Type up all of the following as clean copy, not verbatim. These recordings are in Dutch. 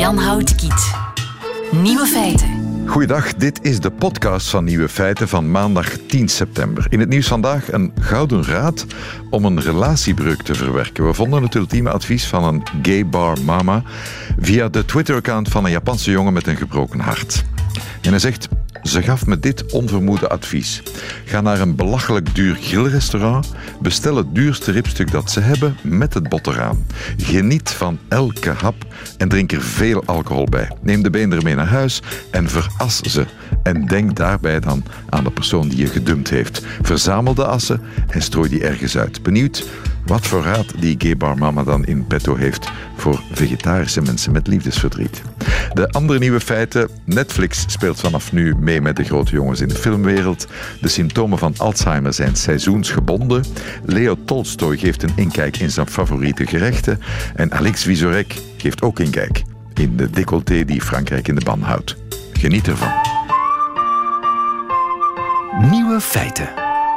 Jan Houtekiet. Nieuwe feiten. Goeiedag, dit is de podcast van Nieuwe Feiten van maandag 10 september. In het nieuws vandaag een gouden raad om een relatiebreuk te verwerken. We vonden het ultieme advies van een gay bar mama via de Twitter-account van een Japanse jongen met een gebroken hart. En hij zegt: ze gaf me dit onvermoede advies. Ga naar een belachelijk duur grillrestaurant, bestel het duurste ribstuk dat ze hebben met het bot eraan. Geniet van elke hap en drink er veel alcohol bij. Neem de beenderen mee naar huis en veras ze. En denk daarbij dan aan de persoon die je gedumpt heeft. Verzamel de assen en strooi die ergens uit. Benieuwd wat voor raad die gay bar mama dan in petto heeft voor vegetarische mensen met liefdesverdriet. De andere nieuwe feiten: Netflix speelt vanaf nu mee met de grote jongens in de filmwereld. De symptomen van Alzheimer zijn seizoensgebonden. Leo Tolstoy geeft een inkijk in zijn favoriete gerechten. En Alix Vizorek geeft ook inkijk in de décolleté die Frankrijk in de ban houdt. Geniet ervan. Nieuwe feiten.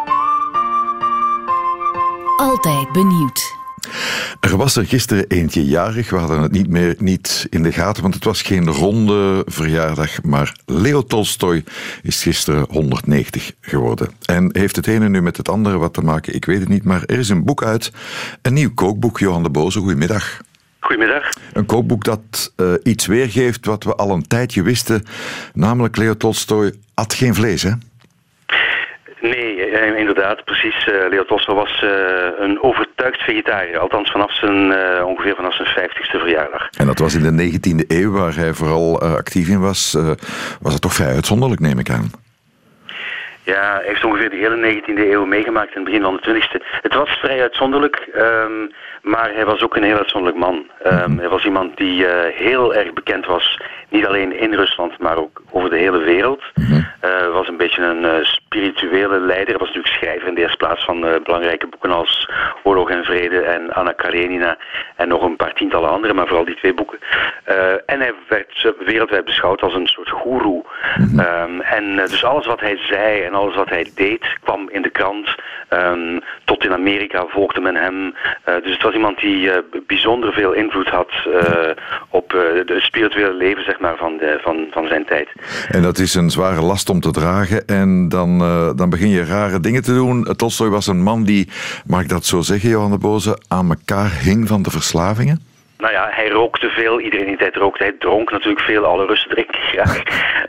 Altijd benieuwd. Er was er gisteren eentje jarig. We hadden het niet in de gaten, want het was geen ronde verjaardag. Maar Leo Tolstoy is gisteren 190 geworden. En heeft het ene nu met het andere wat te maken, ik weet het niet. Maar er is een boek uit, een nieuw kookboek. Johan de Boze, goedemiddag. Goedemiddag. Een kookboek dat iets weergeeft wat we al een tijdje wisten. Namelijk, Leo Tolstoy at geen vlees, hè? Nee, inderdaad, precies. Leo Tolstoy was een overtuigd vegetariër, althans ongeveer vanaf zijn 50ste verjaardag. En dat was in de 19e eeuw, waar hij vooral actief in was. Was het toch vrij uitzonderlijk, neem ik aan? Ja, hij heeft ongeveer de hele 19e eeuw meegemaakt in het begin van de 20e. Het was vrij uitzonderlijk, maar hij was ook een heel uitzonderlijk man. Hij was iemand die heel erg bekend was, niet alleen in Rusland, maar ook over de hele wereld. Hij was een beetje een spirituele leider. Hij was natuurlijk schrijver in de eerste plaats van belangrijke boeken als Oorlog en Vrede en Anna Karenina en nog een paar tientallen andere, maar vooral die twee boeken. En hij werd wereldwijd beschouwd als een soort goeroe. Dus alles wat hij zei en alles wat hij deed kwam in de krant. Tot in Amerika volgde men hem. Dus het was iemand die bijzonder veel invloed had op het spirituele leven, zeg maar, van zijn tijd. En dat is een zware last om te dragen. En dan begin je rare dingen te doen. Tolstoy was een man die, mag ik dat zo zeggen, Johan de Boze, aan elkaar hing van de verslavingen? Nou ja, hij rookte veel. Iedereen in die tijd rookte. Hij dronk natuurlijk veel. Alle Russen drinken graag.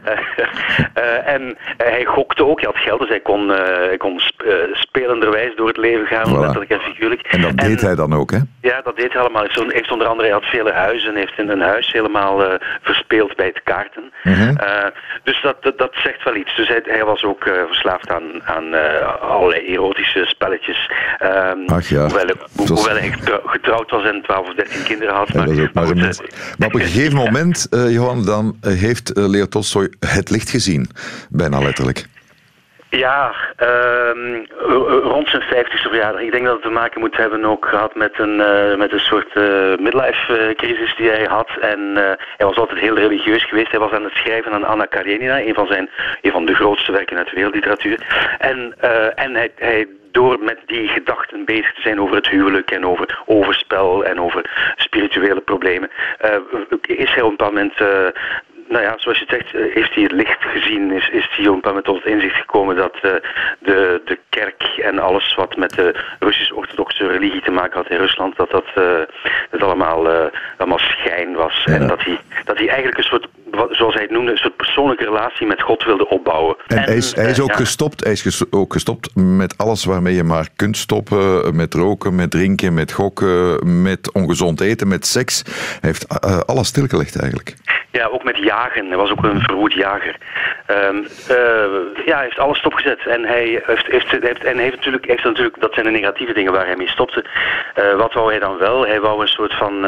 En hij gokte ook. Hij had geld, dus hij kon spelenderwijs door het leven gaan. Voilà. Letterlijk en figuurlijk. En dat deed hij dan ook, hè? Ja, dat deed hij allemaal. Hij heeft onder andere, hij had vele huizen. Heeft in een huis helemaal verspeeld bij het kaarten. Dus dat zegt wel iets. Dus hij was ook verslaafd aan allerlei erotische spelletjes. Ach ja. Hoewel hij getrouwd was en 12 of 13 kinderen had. Maar op een gegeven moment, Johan, dan heeft Leo Tolstoy het licht gezien. Bijna letterlijk. Ja, rond zijn 50ste verjaardag. Ik denk dat het te maken moet hebben ook gehad met een soort midlife crisis die hij had. En hij was altijd heel religieus geweest. Hij was aan het schrijven aan Anna Karenina, een van de grootste werken uit de wereldliteratuur. En hij door met die gedachten bezig te zijn over het huwelijk en over overspel en over spirituele problemen, is hij op een bepaald moment, zoals je zegt, heeft hij het licht gezien, is hij op een bepaald moment tot het inzicht gekomen dat de kerk en alles wat met de Russisch-orthodoxe religie te maken had in Rusland, dat allemaal schijn was. Ja. En dat hij eigenlijk een soort, zoals hij het noemde, een soort persoonlijke relatie met God wilde opbouwen. En hij is ook gestopt. Hij is ook gestopt met alles waarmee je maar kunt stoppen. Met roken, met drinken, met gokken, met ongezond eten, met seks. Hij heeft alles stilgelegd eigenlijk. Ja, ook met jagen. Hij was ook een verwoed jager. Hij heeft alles stopgezet. En hij heeft natuurlijk, dat zijn de negatieve dingen waar hij mee stopte. Wat wou hij dan wel? Hij wou een soort van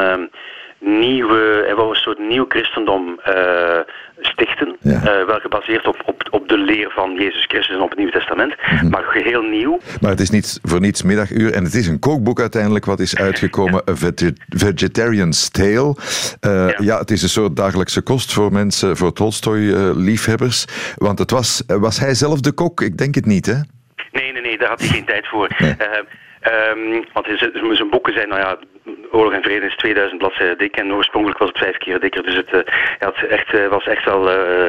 nieuw christendom stichten, wel gebaseerd op de leer van Jezus Christus en op het Nieuwe Testament, maar geheel nieuw. Maar het is niet voor niets middaguur en het is een kookboek uiteindelijk wat is uitgekomen, A Vegetarian's Tale. Het is een soort dagelijkse kost voor mensen, voor Tolstoy-liefhebbers, want was hij zelf de kok? Ik denk het niet, hè? Nee, daar had hij geen tijd voor. Nee. Want zijn boeken zijn, Oorlog en Vrede is 2000 bladzijden dik en oorspronkelijk was het 5 keer dikker. Dus was echt wel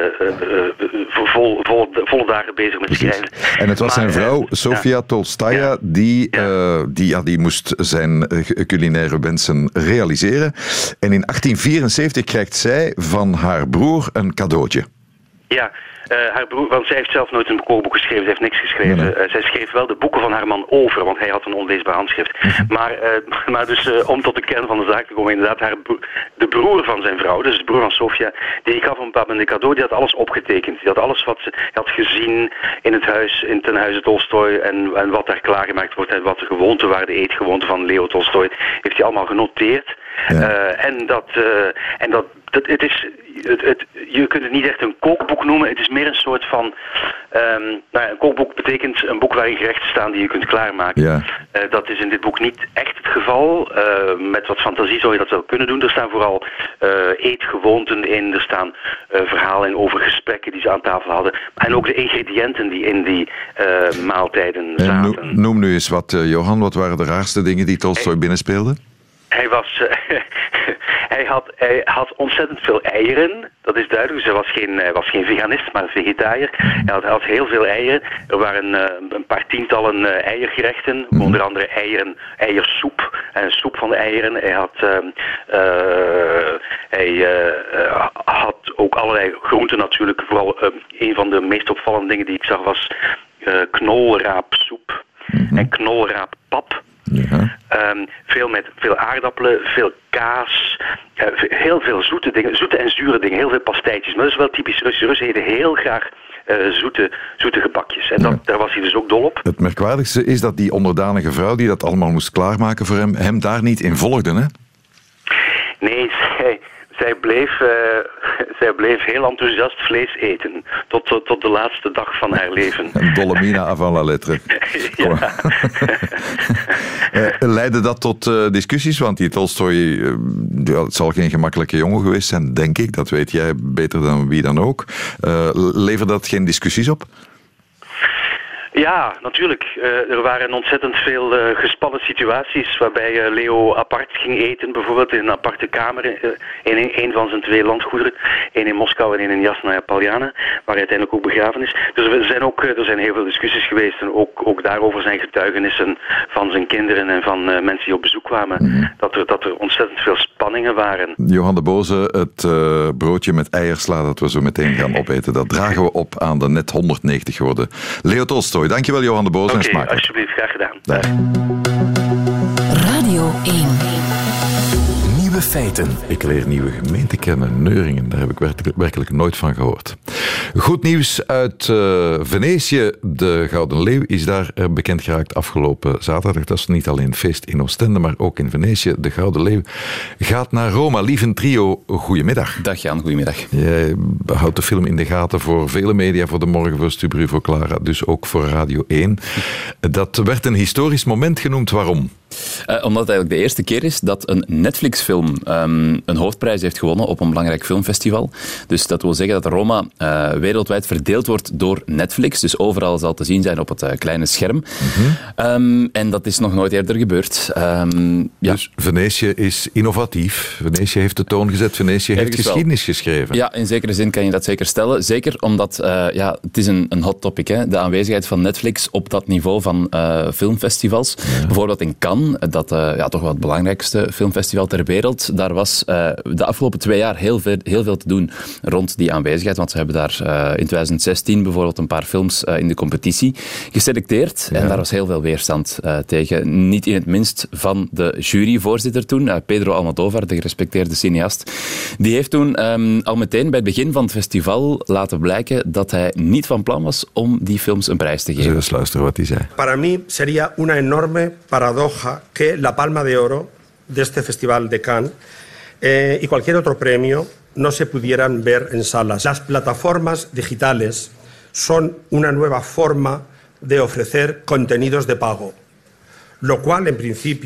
volle dagen bezig met schrijven. En het was zijn vrouw, Sofia Tolstaja, die moest zijn culinaire wensen realiseren. En in 1874 krijgt zij van haar broer een cadeautje. Ja. Haar broer, want zij heeft zelf nooit een kookboek geschreven, ze heeft niks geschreven. Nee. Zij schreef wel de boeken van haar man over, want hij had een onleesbaar handschrift. Maar dus om tot de kern van de zaak te komen, inderdaad, de broer van zijn vrouw, dus de broer van Sofia, die gaf op een bepaald moment een cadeau, die had alles opgetekend. Die had alles wat ze had gezien in het huis, ten huize Tolstoj en wat daar klaargemaakt wordt en wat de gewoonten waren, de eetgewoonten van Leo Tolstoj, heeft hij allemaal genoteerd. Ja. Het is... je kunt het niet echt een kookboek noemen. Het is meer een soort van... een kookboek betekent een boek waarin gerechten staan die je kunt klaarmaken. Ja. Dat is in dit boek niet echt het geval. Met wat fantasie zou je dat wel kunnen doen. Er staan vooral eetgewoonten in. Er staan verhalen in over gesprekken die ze aan tafel hadden. En ook de ingrediënten die in die maaltijden zaten. Noem nu eens wat, Johan. Wat waren de raarste dingen die Tolstoj binnenspeelde? Hij had ontzettend veel eieren, dat is duidelijk. Dus hij was geen veganist, maar vegetariër. Hij had heel veel eieren. Er waren een paar tientallen eiergerechten, onder andere eiersoep en soep van eieren. Hij had ook allerlei groenten natuurlijk. Vooral een van de meest opvallende dingen die ik zag was knolraapsoep en knolraappap. Ja. Veel aardappelen, veel kaas, heel veel zoete dingen, zoete en zure dingen, heel veel pastijtjes. Maar dat is wel typisch Rus. De Russen eten heel graag zoete gebakjes. En daar was hij dus ook dol op. Het merkwaardigste is dat die onderdanige vrouw die dat allemaal moest klaarmaken voor hem daar niet in volgde, hè? Nee, zij bleef heel enthousiast vlees eten. Tot de laatste dag van haar leven. Dolomina avant la lettre. Ja. Leidde dat tot discussies? Want die Tolstoj, het zal geen gemakkelijke jongen geweest zijn, denk ik. Dat weet jij beter dan wie dan ook. Leverde dat geen discussies op? Ja, natuurlijk. Er waren ontzettend veel gespannen situaties waarbij Leo apart ging eten, bijvoorbeeld in een aparte kamer in een van zijn 2 landgoederen, één in Moskou en één in Jasnaya Poljana, waar hij uiteindelijk ook begraven is. Dus er zijn heel veel discussies geweest en ook daarover zijn getuigenissen van zijn kinderen en van mensen die op bezoek kwamen, dat er ontzettend veel spanningen waren. Johan de Boze, het broodje met eiersla dat we zo meteen gaan opeten, dat dragen we op aan de net 190 geworden Leo Tolstoj. Dankjewel, Johan de Boze. Oké, alsjeblieft, graag gedaan. Daar. Radio 1. Nieuwe feiten. Ik leer nieuwe gemeenten kennen. Neuringen, daar heb ik werkelijk nooit van gehoord. Goed nieuws uit Venetië. De Gouden Leeuw is daar bekend geraakt afgelopen zaterdag. Dat is niet alleen feest in Oostende, maar ook in Venetië. De Gouden Leeuw gaat naar Rome. Lieve trio, goedemiddag. Dag Jan, goedemiddag. Jij houdt de film in de gaten voor vele media, voor De Morgen, voor Stubru, voor Clara, dus ook voor Radio 1. Dat werd een historisch moment genoemd. Waarom? Omdat het eigenlijk de eerste keer is dat een Netflix-film een hoofdprijs heeft gewonnen op een belangrijk filmfestival. Dus dat wil zeggen dat Roma wereldwijd verdeeld wordt door Netflix. Dus overal zal te zien zijn op het kleine scherm. En dat is nog nooit eerder gebeurd. Dus Venetië is innovatief. Venetië heeft de toon gezet. Venetië heeft geschiedenis geschreven. Ja, in zekere zin kan je dat zeker stellen. Zeker omdat het is een hot topic. Hè? De aanwezigheid van Netflix op dat niveau van filmfestivals. Ja. Bijvoorbeeld in Cannes, dat toch wel het belangrijkste filmfestival ter wereld. Daar was de afgelopen 2 jaar heel veel te doen rond die aanwezigheid. Want ze hebben daar in 2016 bijvoorbeeld een paar films in de competitie geselecteerd. Ja. En daar was heel veel weerstand tegen. Niet in het minst van de juryvoorzitter toen, Pedro Almodóvar, de gerespecteerde cineast. Die heeft toen al meteen bij het begin van het festival laten blijken dat hij niet van plan was om die films een prijs te geven. Zullen we eens luisteren wat hij zei? Para mí sería una enorme paradoja que la Palma de Oro de este Festival de Cannes y cualquier otro premio no se pudieran ver en salas. Las plataformas digitales son una nueva forma de ofrecer contenidos de pago, lo cual en principio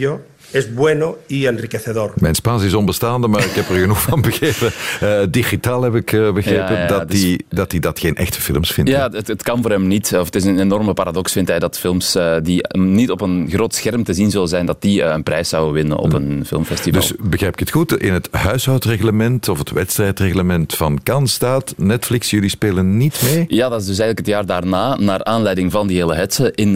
es bueno y enriquecedor. Mijn Spaans is onbestaande, maar ik heb er genoeg van begrepen. Digitaal heb ik begrepen dat hij dat geen echte films vindt. Ja, het kan voor hem niet. Of het is een enorme paradox, vindt hij, dat films die niet op een groot scherm te zien zullen zijn, dat die een prijs zouden winnen op een filmfestival. Dus begrijp ik het goed? In het huishoudreglement of het wedstrijdreglement van Cannes staat Netflix, jullie spelen niet mee? Ja, dat is dus eigenlijk het jaar daarna, naar aanleiding van die hele hetze. In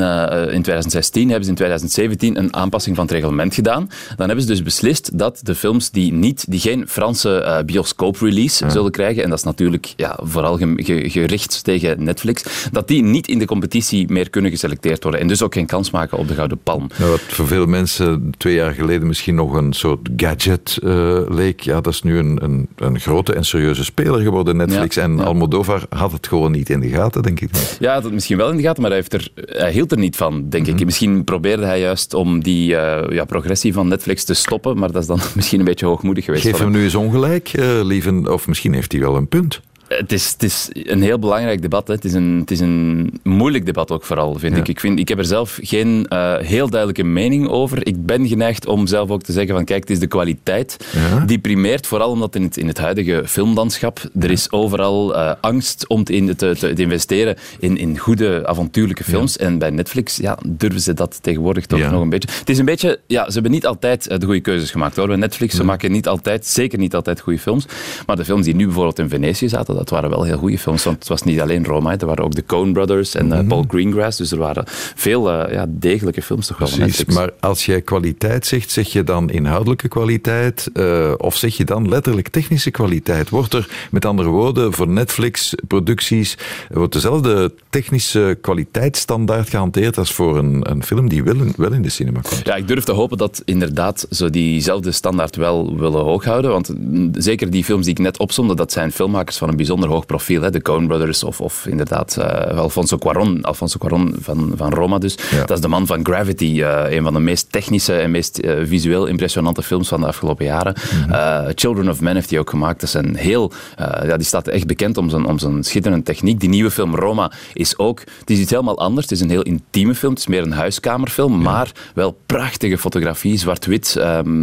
2016 hebben ze in 2017 een aanpassing van het reglement gedaan. Dan hebben ze dus beslist dat de films die geen Franse bioscoop-release zullen krijgen, en dat is natuurlijk vooral gericht tegen Netflix, dat die niet in de competitie meer kunnen geselecteerd worden en dus ook geen kans maken op de Gouden Palm. Nou, wat voor veel mensen 2 jaar geleden misschien nog een soort gadget leek, dat is nu een grote en serieuze speler geworden, Netflix. Almodovar had het gewoon niet in de gaten, denk ik. Ja, hij had het misschien wel in de gaten, maar hij hield er niet van, denk ik. Misschien probeerde hij juist om die progressie van Netflix te stoppen, maar dat is dan misschien een beetje hoogmoedig geweest. Geef hem nu eens ongelijk, lieve, of misschien heeft hij wel een punt. Het is een heel belangrijk debat. Hè. Het is een moeilijk debat ook vooral, vind ik. Ik heb er zelf geen heel duidelijke mening over. Ik ben geneigd om zelf ook te zeggen van kijk, het is de kwaliteit die primeert, vooral omdat in het huidige filmlandschap er is overal angst om te investeren in goede, avontuurlijke films. En bij Netflix durven ze dat tegenwoordig toch nog een beetje. Het is een beetje, ze hebben niet altijd de goede keuzes gemaakt, hoor. Bij Netflix, ze maken zeker niet altijd goede films. Maar de films die nu bijvoorbeeld in Venetië zaten, dat waren wel heel goede films, want het was niet alleen Roma, er waren ook de Coen Brothers en Paul Greengrass, dus er waren veel degelijke films toch wel van Netflix. Maar als jij kwaliteit zegt, zeg je dan inhoudelijke kwaliteit of zeg je dan letterlijk technische kwaliteit? Wordt er, met andere woorden, voor Netflix-producties, wordt dezelfde technische kwaliteitsstandaard gehanteerd als voor een film die wel in de cinema komt? Ja, ik durf te hopen dat inderdaad ze diezelfde standaard wel willen hooghouden, want zeker die films die ik net opzomde, dat zijn filmmakers van een bijzonder hoog profiel. Hè? De Coen Brothers of inderdaad Alfonso Cuarón van Roma dus. Ja. Dat is de man van Gravity, een van de meest technische en meest visueel impressionante films van de afgelopen jaren. Children of Men heeft hij ook gemaakt. Dat is een heel, die staat echt bekend om zijn schitterende techniek. Die nieuwe film Roma is ook, het is iets helemaal anders. Het is een heel intieme film. Het is meer een huiskamerfilm, maar wel prachtige fotografie, zwart-wit.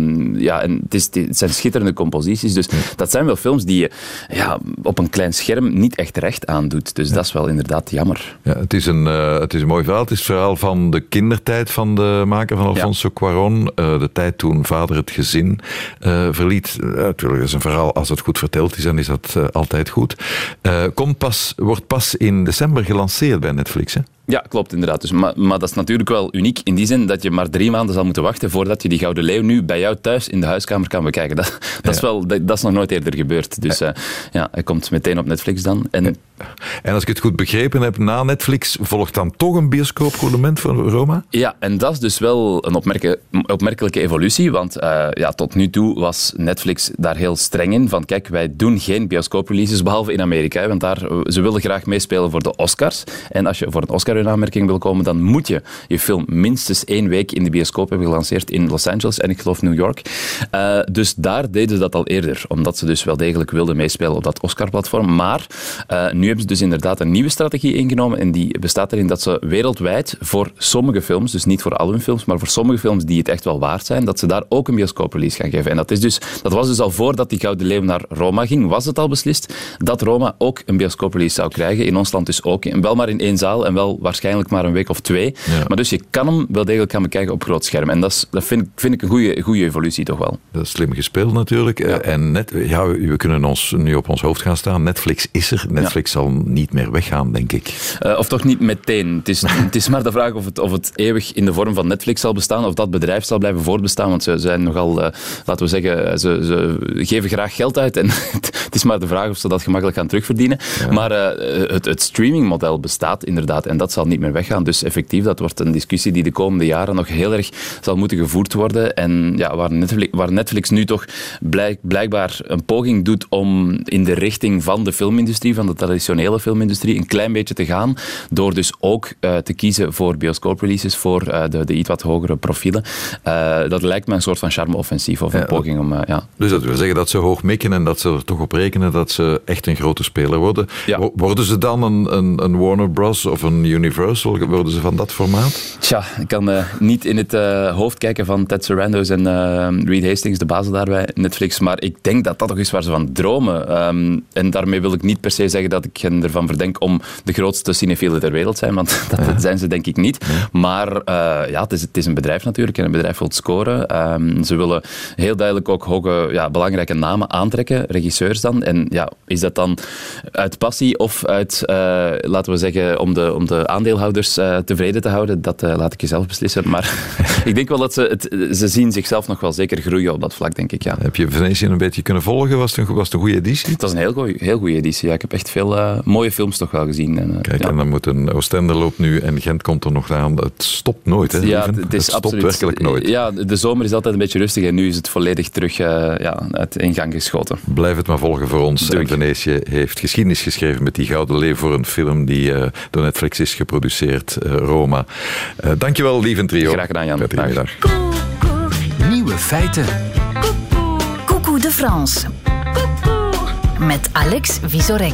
En het zijn schitterende composities. Dus dat zijn wel films die je op een klein scherm niet echt recht aandoet. Dus dat is wel inderdaad jammer. Ja, het is een mooi verhaal. Het is het verhaal van de kindertijd van de maker van Alfonso Cuarón. De tijd toen vader het gezin verliet. Natuurlijk is een verhaal, als het goed verteld is, dan is dat altijd goed. Wordt pas in december gelanceerd bij Netflix, hè? Ja, klopt inderdaad. Dus, maar dat is natuurlijk wel uniek in die zin dat je maar 3 maanden zal moeten wachten voordat je die Gouden Leeuw nu bij jou thuis in de huiskamer kan bekijken. Dat is nog nooit eerder gebeurd. Dus hij komt meteen op Netflix dan. En als ik het goed begrepen heb, na Netflix volgt dan toch een bioscoopabonnement voor Roma? Ja, en dat is dus wel een opmerkelijke evolutie, want tot nu toe was Netflix daar heel streng in, van kijk, wij doen geen bioscoopreleases, behalve in Amerika, want ze willen graag meespelen voor de Oscars. En als je voor een Oscar in aanmerking wil komen, dan moet je film minstens 1 week in de bioscoop hebben gelanceerd in Los Angeles en ik geloof New York. Dus daar deden ze dat al eerder, omdat ze dus wel degelijk wilden meespelen op dat Oscar-platform. Maar nu hebben ze dus inderdaad een nieuwe strategie ingenomen en die bestaat erin dat ze wereldwijd voor sommige films, dus niet voor al hun films, maar voor sommige films die het echt wel waard zijn, dat ze daar ook een bioscooprelease gaan geven. En dat was dus al voordat die Gouden Leeuw naar Roma ging, was het al beslist dat Roma ook een bioscooprelease zou krijgen. In ons land dus ook. En wel maar in 1 zaal en wel waarschijnlijk maar een week of 2. Ja. Maar dus je kan hem wel degelijk gaan bekijken op groot scherm. En dat vind ik een goede evolutie toch wel. Dat is slim gespeeld natuurlijk. Ja. En we kunnen ons nu op ons hoofd gaan staan. Netflix is er. Netflix zal niet meer weggaan, denk ik. Of toch niet meteen. Het is maar de vraag of het eeuwig in de vorm van Netflix zal bestaan, of dat bedrijf zal blijven voortbestaan, want ze zijn nogal, laten we zeggen, ze geven graag geld uit en het is maar de vraag of ze dat gemakkelijk gaan terugverdienen. Ja. Maar het streamingmodel bestaat inderdaad en dat zal niet meer weggaan. Dus effectief, dat wordt een discussie die de komende jaren nog heel erg zal moeten gevoerd worden. En ja, waar Netflix nu toch blijkbaar een poging doet om in de richting van de filmindustrie, van de traditionele filmindustrie, een klein beetje te gaan, door dus ook te kiezen voor bioscoopreleases, voor de iets wat hogere profielen. Dat lijkt me een soort van charme-offensief of een poging om... Dus dat wil zeggen dat ze hoog mikken en dat ze er toch op rekenen dat ze echt een grote speler worden. Ja. Worden ze dan een Warner Bros. Of een Universal? Worden ze van dat formaat? Tja, ik kan niet in het hoofd kijken van Ted Sarandos en Reed Hastings, de bazen daar bij Netflix, maar ik denk dat dat toch is waar ze van dromen. En daarmee wil ik niet per se zeggen dat ik hen ervan verdenk om de grootste cinefielen ter wereld zijn, want dat zijn ze denk ik niet. Maar het is een bedrijf natuurlijk en een bedrijf wil scoren. Ze willen heel duidelijk ook hoge, belangrijke namen aantrekken, regisseurs dan. En is dat dan uit passie of uit, laten we zeggen, om de aandeelhouders tevreden te houden? Dat laat ik je zelf beslissen. Maar ik denk wel dat ze zien zichzelf nog wel zeker groeien op dat vlak, denk ik. Ja. Heb je Venetië een beetje kunnen volgen? Was het een goede editie? Het was een heel goede editie. Ja. Ik heb echt veel mooie films toch wel gezien. En dan moet een Oostende loopt nu en Gent komt er nog aan. Het stopt nooit, hè? Ja, het stopt absoluut, werkelijk nooit. Ja, de zomer is altijd een beetje rustig en nu is het volledig terug in gang geschoten. Blijf het maar volgen voor ons. En Venetië heeft geschiedenis geschreven met die Gouden Leeuw voor een film die door Netflix is geproduceerd, Roma. Dankjewel, lieve trio. Graag gedaan, Jan. Prettige middag. Nieuwe feiten. Coucou de France. Met Alex Vizorek.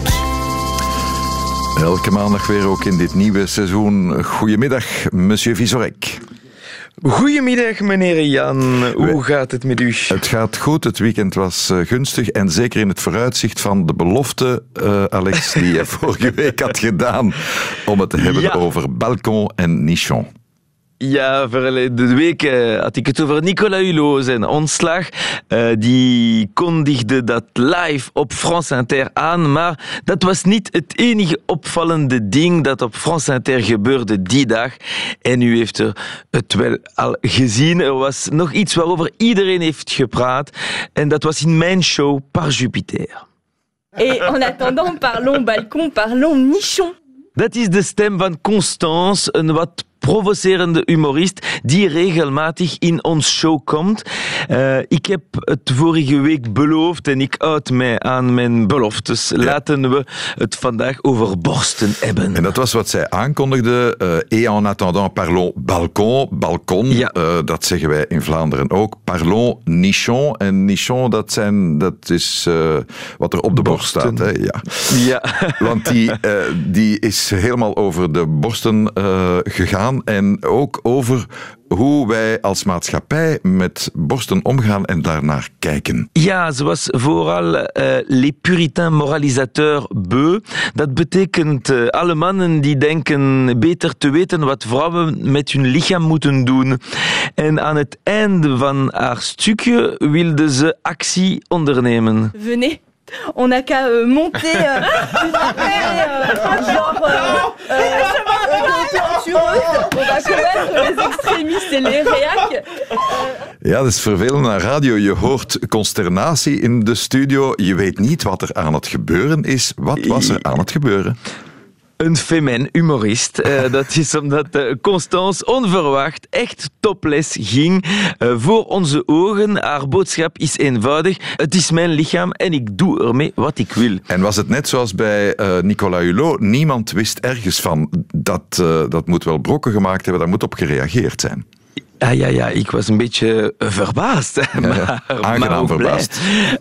Elke maandag weer ook in dit nieuwe seizoen. Goedemiddag, monsieur Vizorek. Goedemiddag, meneer Jan. Hoe gaat het met u? Het gaat goed. Het weekend was gunstig. En zeker in het vooruitzicht van de belofte, Alex, die je vorige week had gedaan om het te hebben over Balcon en Nichon. Ja, verleden week had ik het over Nicolas Hulot, zijn ontslag. Die kondigde dat live op France Inter aan, maar dat was niet het enige opvallende ding dat op France Inter gebeurde die dag. En u heeft het wel al gezien. Er was nog iets waarover iedereen heeft gepraat. En dat was in mijn show Par Jupiter. Et en attendant, parlons Balcon, parlons Nichon. Dat is de stem van Constance, een wat provocerende humorist die regelmatig in ons show komt. Ik heb het vorige week beloofd en ik houd mij aan mijn beloftes. Laten we het vandaag over borsten hebben. En dat was wat zij aankondigde. Et en attendant parlons balcon. Ja. Dat zeggen wij in Vlaanderen ook. Parlons nichon. En nichon, dat is wat er op de borst staat. Hè? Ja. Want die is helemaal over de borsten gegaan. En ook over hoe wij als maatschappij met borsten omgaan en daarnaar kijken. Ja, zoals vooral les puritains moralisateurs beu. Dat betekent alle mannen die denken beter te weten wat vrouwen met hun lichaam moeten doen. En aan het einde van haar stukje wilde ze actie ondernemen. Venez. On n'a qu'à monter une affaire, on va combattre les extrémistes et les réacs. Ja, dat is vervelend aan radio. Je hoort consternatie in de studio. Je weet niet wat er aan het gebeuren is. Wat was er aan het gebeuren? Een femen humorist. Dat is omdat Constance onverwacht echt topless ging. Voor onze ogen. Haar boodschap is eenvoudig. Het is mijn lichaam en ik doe ermee wat ik wil. En was het net zoals bij Nicolas Hulot? Niemand wist ergens van. Dat moet wel brokken gemaakt hebben. Daar moet op gereageerd zijn. Ja, ik was een beetje verbaasd. Aangenaam verbaasd.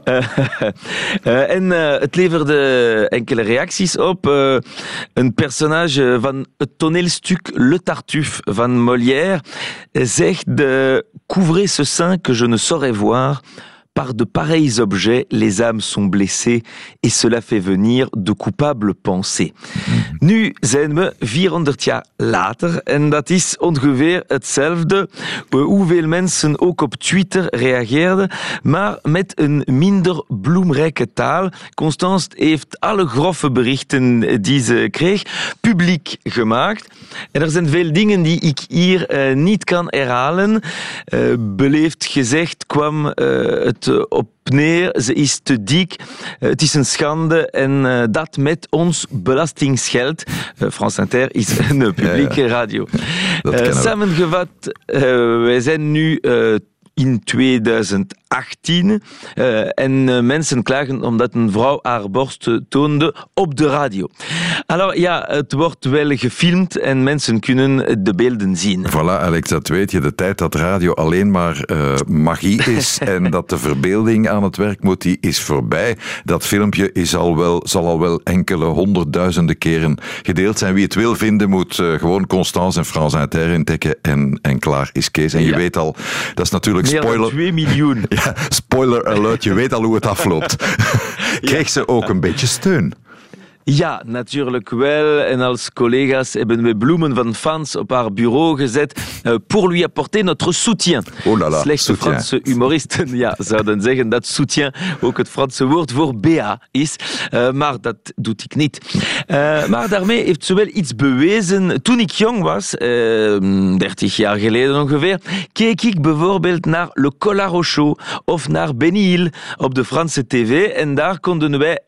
En het leverde enkele reacties op. Een personage van het toneelstuk Le Tartuffe van Molière zegt couvrez ce sein que je ne saurais voir. Par de pareils objets, les âmes sont blessées et cela fait venir de coupables pensées. Nu zijn we 400 jaar later en dat is ongeveer hetzelfde. Hoeveel mensen ook op Twitter reageerden, maar met een minder bloemrijke taal. Constance heeft alle grove berichten die ze kreeg publiek gemaakt. En er zijn veel dingen die ik hier niet kan herhalen. Beleefd gezegd kwam het op neer, ze is te dik, het is een schande en dat met ons belastingsgeld. France Inter is een publieke radio. Samengevat, wij zijn nu in 2018 18. En mensen klagen omdat een vrouw haar borst toonde op de radio. Alors ja, het wordt wel gefilmd en mensen kunnen de beelden zien. Voilà, Alex, dat weet je. De tijd dat radio alleen maar magie is en dat de verbeelding aan het werk moet, die is voorbij. Dat filmpje zal al wel enkele honderdduizenden keren gedeeld zijn. Wie het wil vinden, moet gewoon Constance en France Inter intikken en klaar is Kees. En je weet al, dat is natuurlijk meer dan 2 miljoen. Ja, spoiler alert, je weet al hoe het afloopt. Kreeg ze ook een beetje steun? Ja, natuurlijk wel. En als collega's hebben we bloemen van fans op haar bureau gezet pour lui apporter notre soutien. Oh là là, Slechte soutien. Franse humoristen zouden zeggen dat soutien ook het Franse woord voor BA is. Maar dat doe ik niet. Maar daarmee heeft ze wel iets bewezen. Toen ik jong was, 30 jaar geleden ongeveer, keek ik bijvoorbeeld naar Le Collaro Show of naar Benny Hill op de Franse tv. En daar konden wij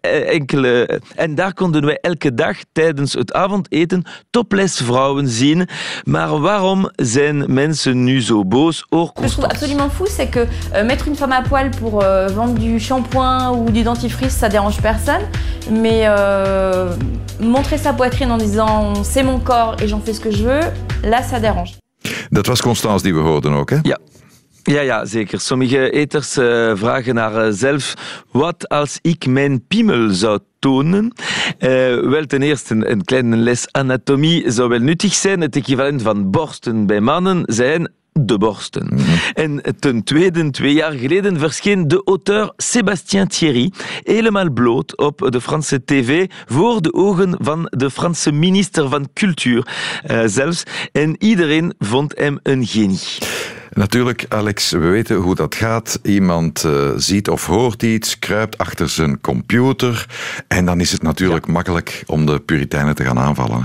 elke dag tijdens het avondeten topless vrouwen zien. Maar waarom zijn mensen nu zo boos? Ce que je trouve absolument fou, c'est que mettre une femme à poil pour vendre du shampoing ou du dentifrice, ça dérange personne. Mais montrer sa poitrine en disant c'est mon corps et j'en fais ce que je veux, là ça dérange. Dat was Constance die we hoorden ook, hè? Ja. Ja, zeker. Sommige eters vragen naar zelf, wat als ik mijn piemel zou tonen? Wel, ten eerste, een kleine les anatomie zou wel nuttig zijn. Het equivalent van borsten bij mannen zijn de borsten. Mm-hmm. En ten tweede, 2 jaar geleden verscheen de auteur Sébastien Thierry helemaal bloot op de Franse tv voor de ogen van de Franse minister van Cultuur zelfs. En iedereen vond hem een genie. Natuurlijk, Alex, we weten hoe dat gaat. Iemand ziet of hoort iets, kruipt achter zijn computer en dan is het natuurlijk makkelijk om de Puritijnen te gaan aanvallen. Hè?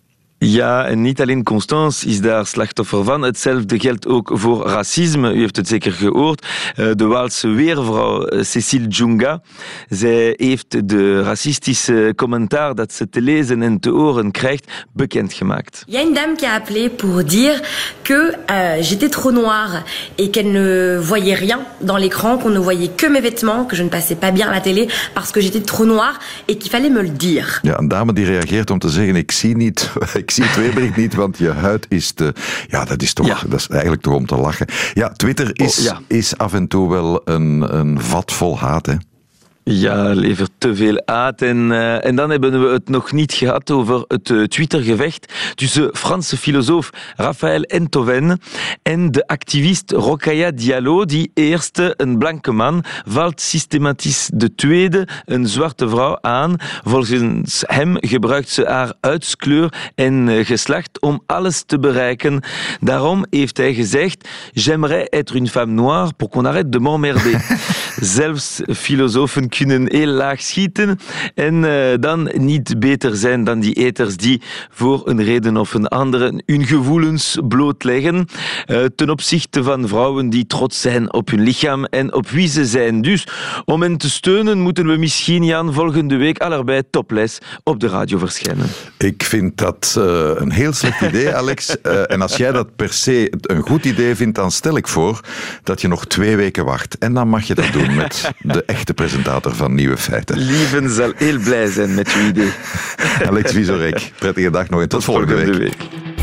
Ja, en niet alleen Constance is daar slachtoffer van. Hetzelfde geldt ook voor racisme. U heeft het zeker gehoord. De Waalse weervrouw Cécile Djounga. Zij heeft de racistische commentaar dat ze te lezen en te horen krijgt bekendgemaakt. Il y a une dame qui a appelé pour dire que j'étais trop noire et qu'elle ne voyait rien dans l'écran, qu'on ne voyait que mes vêtements, que je ne passais pas bien à la télé parce que j'étais trop noire et qu'il fallait me le dire. Ja, een dame die reageert om te zeggen, ik zie het weerbericht niet, want je huid is te... Ja, dat is toch... Ja. Dat is eigenlijk toch om te lachen. Ja, Twitter is af en toe wel een vat vol haat, hè? Ja, levert te veel haat. En dan hebben we het nog niet gehad over het Twitter-gevecht tussen Franse filosoof Raphaël Enthoven en de activist Rokhaya Diallo. Die eerste, een blanke man, valt systematisch de tweede, een zwarte vrouw, aan. Volgens hem gebruikt ze haar huidskleur en geslacht om alles te bereiken. Daarom heeft hij gezegd: j'aimerais être une femme noire pour qu'on arrête de m'emmerder. Zelfs filosofen kunnen heel laag schieten en dan niet beter zijn dan die eters die voor een reden of een andere hun gevoelens blootleggen ten opzichte van vrouwen die trots zijn op hun lichaam en op wie ze zijn. Dus om hen te steunen moeten we misschien, Jan, volgende week allebei topless op de radio verschijnen. Ik vind dat een heel slecht idee, Alex. En als jij dat per se een goed idee vindt, dan stel ik voor dat je nog 2 weken wacht. En dan mag je dat doen met de echte presentator van Nieuwe Feiten. Lieven zal heel blij zijn met uw idee. Alex Vizorek, prettige dag nog en tot volgende week.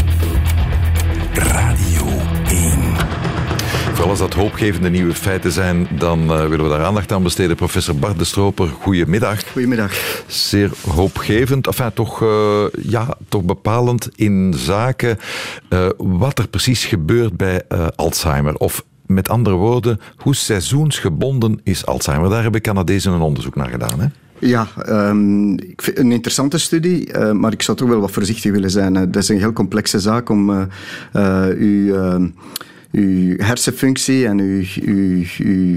Radio 1. Vooral als dat hoopgevende nieuwe feiten zijn, dan willen we daar aandacht aan besteden. Professor Bart de Stroper, goedemiddag. Goedemiddag. Zeer hoopgevend, enfin, toch bepalend in zaken wat er precies gebeurt bij Alzheimer. Of met andere woorden, hoe seizoensgebonden is Alzheimer? Daar hebben Canadezen een onderzoek naar gedaan, hè? Ja, ik vind een interessante studie, maar ik zou toch wel wat voorzichtig willen zijn. Dat is een heel complexe zaak om uw hersenfunctie en uw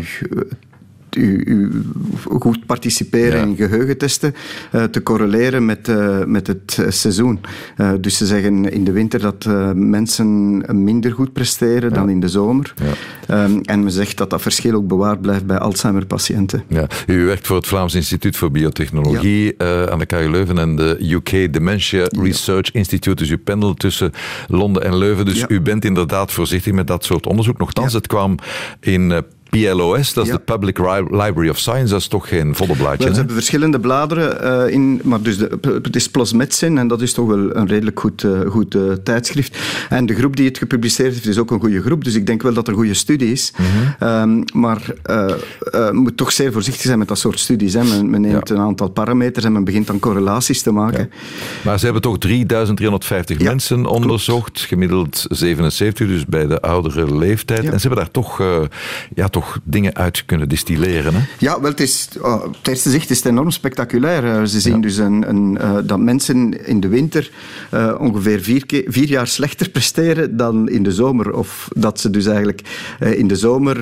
goed participeren in geheugentesten te correleren met het seizoen. Dus ze zeggen in de winter dat mensen minder goed presteren dan in de zomer. Ja. En men zegt dat verschil ook bewaard blijft bij Alzheimer-patiënten. Ja. U werkt voor het Vlaams Instituut voor Biotechnologie aan de KU Leuven en de UK Dementia Research Institute. Dus u pendelt tussen Londen en Leuven. Dus u bent inderdaad voorzichtig met dat soort onderzoek. Nochtans, het kwam in PLOS, dat is de Public Library of Science, dat is toch geen voddenblaadje? Ze hebben verschillende bladeren, maar dus het is PLOS Medicine en dat is toch wel een redelijk goed tijdschrift. En de groep die het gepubliceerd heeft is ook een goede groep, dus ik denk wel dat het een goede studie is. Maar moet toch zeer voorzichtig zijn met dat soort studies. Hè. Men neemt een aantal parameters en men begint dan correlaties te maken. Ja. Maar ze hebben toch 3350 mensen onderzocht, gemiddeld 77, dus bij de oudere leeftijd. Ja. En ze hebben daar toch dingen uit kunnen distilleren. Hè? Ja, wel, het eerste zicht is het enorm spectaculair. Ze zien dus dat mensen in de winter ongeveer 4 jaar slechter presteren dan in de zomer. Of dat ze dus eigenlijk in de zomer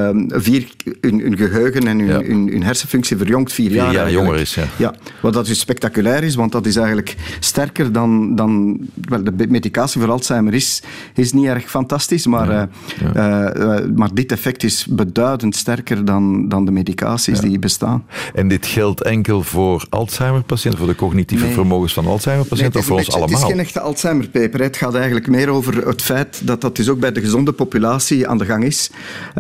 hun geheugen en hun hersenfunctie verjongt 4 jaar. 4 jaar jonger is, ja. Wat dat dus spectaculair is, want dat is eigenlijk sterker dan wel, de medicatie voor Alzheimer is niet erg fantastisch, maar dit effect is beduidend sterker dan de medicaties die bestaan. En dit geldt enkel voor Alzheimer-patiënten, voor de cognitieve vermogens van Alzheimer-patiënten, of voor ons allemaal? Het is geen echte Alzheimer-paper. Het gaat eigenlijk meer over het feit dat dat dus ook bij de gezonde populatie aan de gang is.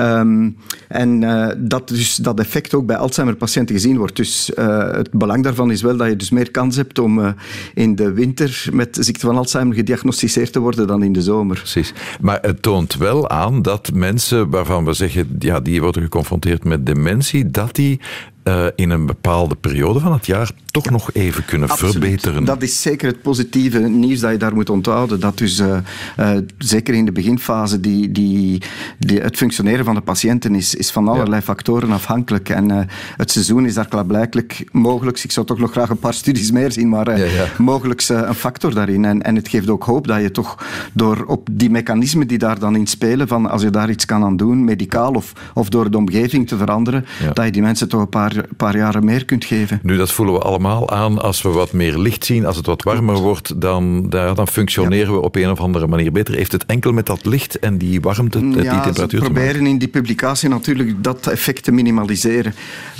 En dat dus dat effect ook bij Alzheimer-patiënten gezien wordt. Dus het belang daarvan is wel dat je dus meer kans hebt om in de winter met de ziekte van Alzheimer gediagnosticeerd te worden dan in de zomer. Precies. Maar het toont wel aan dat mensen waarvan we zeggen, ja, die worden geconfronteerd met dementie, dat die in een bepaalde periode van het jaar toch nog even kunnen verbeteren. Dat is zeker het positieve nieuws dat je daar moet onthouden. Dat dus zeker in de beginfase het functioneren van de patiënten is van allerlei factoren afhankelijk. En het seizoen is daar klaarblijkelijk mogelijk. Ik zou toch nog graag een paar studies meer zien, maar mogelijk een factor daarin. En het geeft ook hoop dat je toch door op die mechanismen die daar dan in spelen, van als je daar iets kan aan doen, medicaal of door de omgeving te veranderen, dat je die mensen toch een paar jaren meer kunt geven. Nu, dat voelen we allemaal aan. Als we wat meer licht zien, als het wat warmer wordt, dan functioneren we op een of andere manier beter. Heeft het enkel met dat licht en die warmte, die temperatuur te maken? Ze proberen in die publicatie natuurlijk dat effect te minimaliseren.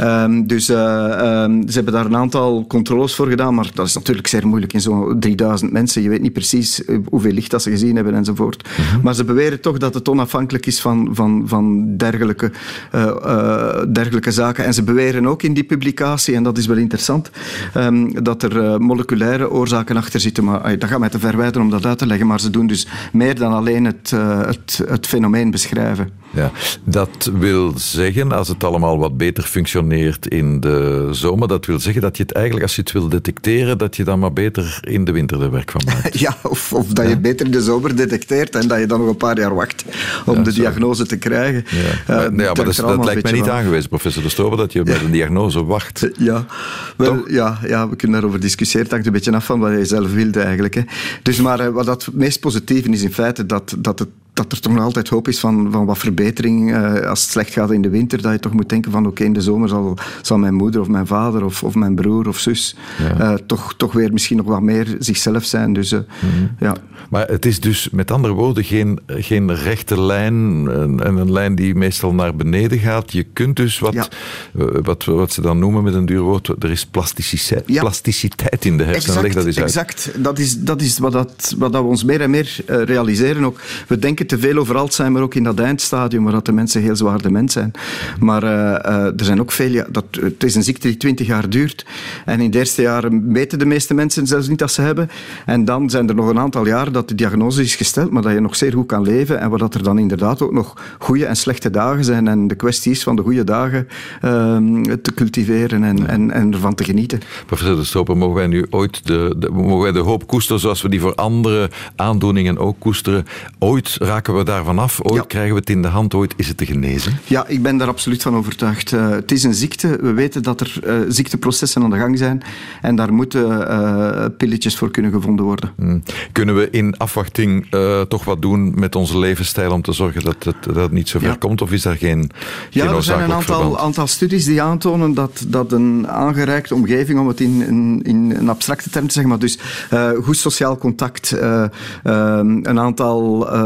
Ze hebben daar een aantal controles voor gedaan, maar dat is natuurlijk zeer moeilijk in zo'n 3000 mensen. Je weet niet precies hoeveel licht dat ze gezien hebben enzovoort. Maar ze beweren toch dat het onafhankelijk is van dergelijke zaken. En ze beweren ook in die publicatie, en dat is wel interessant, dat er moleculaire oorzaken achter zitten. Maar dat gaat mij te ver wijden om dat uit te leggen. Maar ze doen dus meer dan alleen het fenomeen beschrijven. Ja, dat wil zeggen, als het allemaal wat beter functioneert in de zomer, dat wil zeggen dat je het eigenlijk, als je het wil detecteren, dat je dan maar beter in de winter er werk van maakt. Ja, of dat je beter in de zomer detecteert en dat je dan nog een paar jaar wacht om de diagnose te krijgen. Ja, maar dat lijkt mij niet aangewezen, professor De Stover, dat je bij de diagnose wacht. Ja, we kunnen daarover discussiëren. Het hangt een beetje af van wat je zelf wilde eigenlijk. Hè. Dus, maar wat het meest positieve is in feite dat er toch nog altijd hoop is van wat verbetering. Als het slecht gaat in de winter, dat je toch moet denken van oké, in de zomer zal mijn moeder of mijn vader of mijn broer of zus toch weer misschien nog wat meer zichzelf zijn. Dus, ja. Maar het is dus met andere woorden geen rechte lijn en een lijn die meestal naar beneden gaat. Je kunt dus wat ze dan noemen met een duur woord, er is plasticiteit in de hersenen. Leg dat eens uit. Exact. Dat is wat we ons meer en meer realiseren ook. We denken te veel over Alzheimer ook in dat eindstadium, waar de mensen heel zwaar dement zijn. Maar er zijn ook veel... het is een ziekte die 20 jaar duurt. En in de eerste jaren weten de meeste mensen zelfs niet dat ze hebben. En dan zijn er nog een aantal jaren dat de diagnose is gesteld, maar dat je nog zeer goed kan leven en waar dat er dan inderdaad ook nog goede en slechte dagen zijn. En de kwestie is van de goede dagen te cultiveren en ervan te genieten. Professor De Stoper, mogen wij nu ooit de hoop koesteren zoals we die voor andere aandoeningen ook koesteren? Ooit raken we daarvan af? Ooit krijgen we het in de hand? Ooit is het te genezen? Ja, ik ben daar absoluut van overtuigd. Het is een ziekte. We weten dat er ziekteprocessen aan de gang zijn en daar moeten pilletjes voor kunnen gevonden worden. Kunnen we in afwachting toch wat doen met onze levensstijl om te zorgen dat het niet zo ver komt? Of is daar geen er zijn een aantal studies die aantonen dat een aangereikte omgeving, om het in een abstracte term te zeggen, maar dus goed sociaal contact, een aantal zaken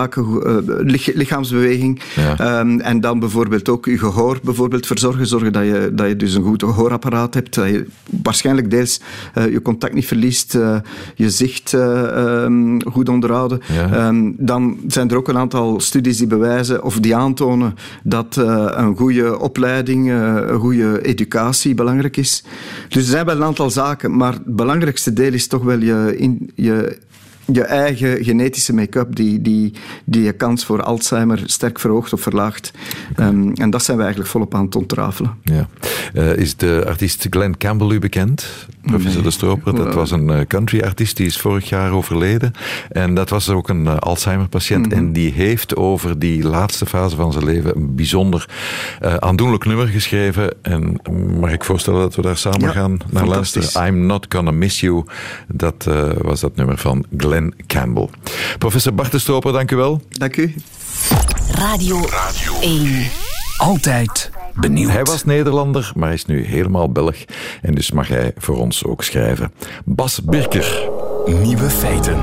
zaken, lichaamsbeweging. Ja. En dan bijvoorbeeld ook je gehoor bijvoorbeeld verzorgen. Zorgen dat je dus een goed gehoorapparaat hebt. Dat je waarschijnlijk deels je contact niet verliest. Je zicht goed onderhouden. Ja. Dan zijn er ook een aantal studies die bewijzen of die aantonen dat een goede opleiding, een goede educatie belangrijk is. Dus er zijn wel een aantal zaken, maar het belangrijkste deel is toch wel je eigen genetische make-up die je kans voor Alzheimer sterk verhoogt of verlaagt. En dat zijn we eigenlijk volop aan het ontrafelen. Ja. Is de artiest Glen Campbell u bekend? Professor De Stroper, dat was een country-artiest, die is vorig jaar overleden. En dat was ook een Alzheimer-patiënt. En die heeft over die laatste fase van zijn leven een bijzonder aandoenlijk nummer geschreven. En mag ik voorstellen dat we daar samen gaan naar luisteren? I'm Not Gonna Miss You. Dat was dat nummer van Glen Campbell. Professor Bart De Stroper, dank u wel. Dank u. Radio 1. Altijd benieuwd. Hij was Nederlander, maar is nu helemaal Belg. En dus mag hij voor ons ook schrijven. Bas Birker. Nieuwe feiten.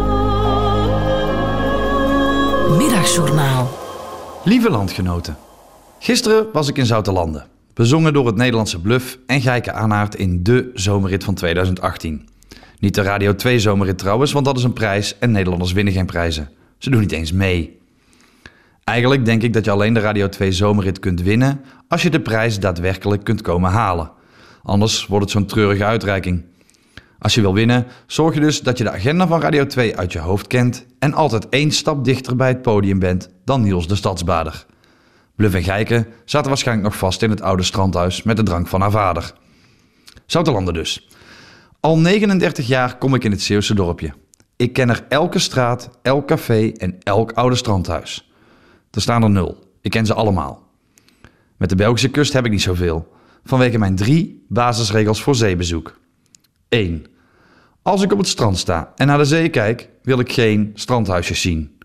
Middagjournaal. Lieve landgenoten. Gisteren was ik in Zoutelande. Bezongen door het Nederlandse Bluff en Gijke Aanhaert in de zomerrit van 2018. Niet de Radio 2 zomerrit trouwens, want dat is een prijs en Nederlanders winnen geen prijzen. Ze doen niet eens mee. Eigenlijk denk ik dat je alleen de Radio 2 zomerrit kunt winnen als je de prijs daadwerkelijk kunt komen halen. Anders wordt het zo'n treurige uitreiking. Als je wil winnen, zorg je dus dat je de agenda van Radio 2 uit je hoofd kent en altijd 1 stap dichter bij het podium bent dan Niels de Stadsbader. Bluff en Gijke zaten waarschijnlijk nog vast in het oude strandhuis met de drank van haar vader. Zoutelande dus. Al 39 jaar kom ik in het Zeeuwse dorpje. Ik ken er elke straat, elk café en elk oude strandhuis. Er staan er 0. Ik ken ze allemaal. Met de Belgische kust heb ik niet zoveel. Vanwege mijn 3 basisregels voor zeebezoek. 1. Als ik op het strand sta en naar de zee kijk, wil ik geen strandhuisjes zien.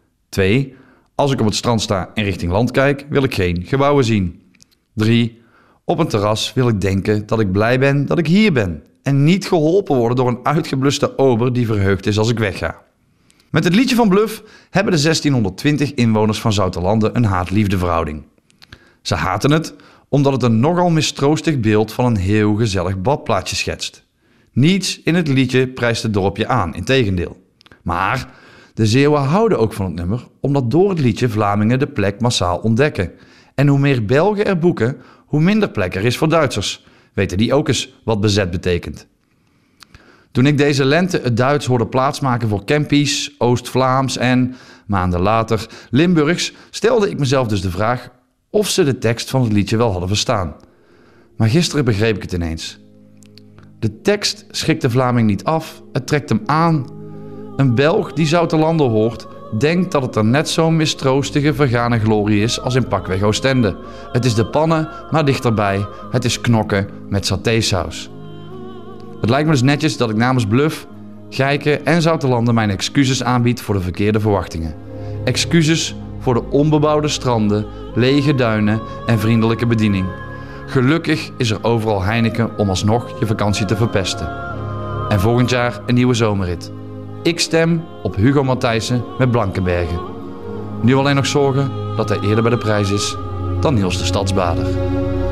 2. Als ik op het strand sta en richting land kijk, wil ik geen gebouwen zien. 3. Op een terras wil ik denken dat ik blij ben dat ik hier ben. En niet geholpen worden door een uitgebluste ober die verheugd is als ik wegga. Met het liedje van Bluff hebben de 1620 inwoners van Zoutelande een haat-liefde verhouding. Ze haten het omdat het een nogal mistroostig beeld van een heel gezellig badplaatsje schetst. Niets in het liedje prijst het dorpje aan, integendeel. Maar de Zeeuwen houden ook van het nummer omdat door het liedje Vlamingen de plek massaal ontdekken. En hoe meer Belgen er boeken, hoe minder plek er is voor Duitsers. Weten die ook eens wat bezet betekent. Toen ik deze lente het Duits hoorde plaatsmaken voor Kempisch, Oost-Vlaams en, maanden later, Limburgs, stelde ik mezelf dus de vraag of ze de tekst van het liedje wel hadden verstaan. Maar gisteren begreep ik het ineens. De tekst schrikt de Vlaming niet af, het trekt hem aan. Een Belg die Zoutelande hoort, denkt dat het er net zo'n mistroostige vergane glorie is als in pakweg Oostende. Het is de pannen, maar dichterbij. Het is knokken met satésaus. Het lijkt me dus netjes dat ik namens Bluff, Gijke en Zoutelande mijn excuses aanbied voor de verkeerde verwachtingen. Excuses voor de onbebouwde stranden, lege duinen en vriendelijke bediening. Gelukkig is er overal Heineken om alsnog je vakantie te verpesten. En volgend jaar een nieuwe zomerrit. Ik stem op Hugo Matthijssen met Blankenbergen. Nu alleen nog zorgen dat hij eerder bij de prijs is dan Niels de Stadsbader.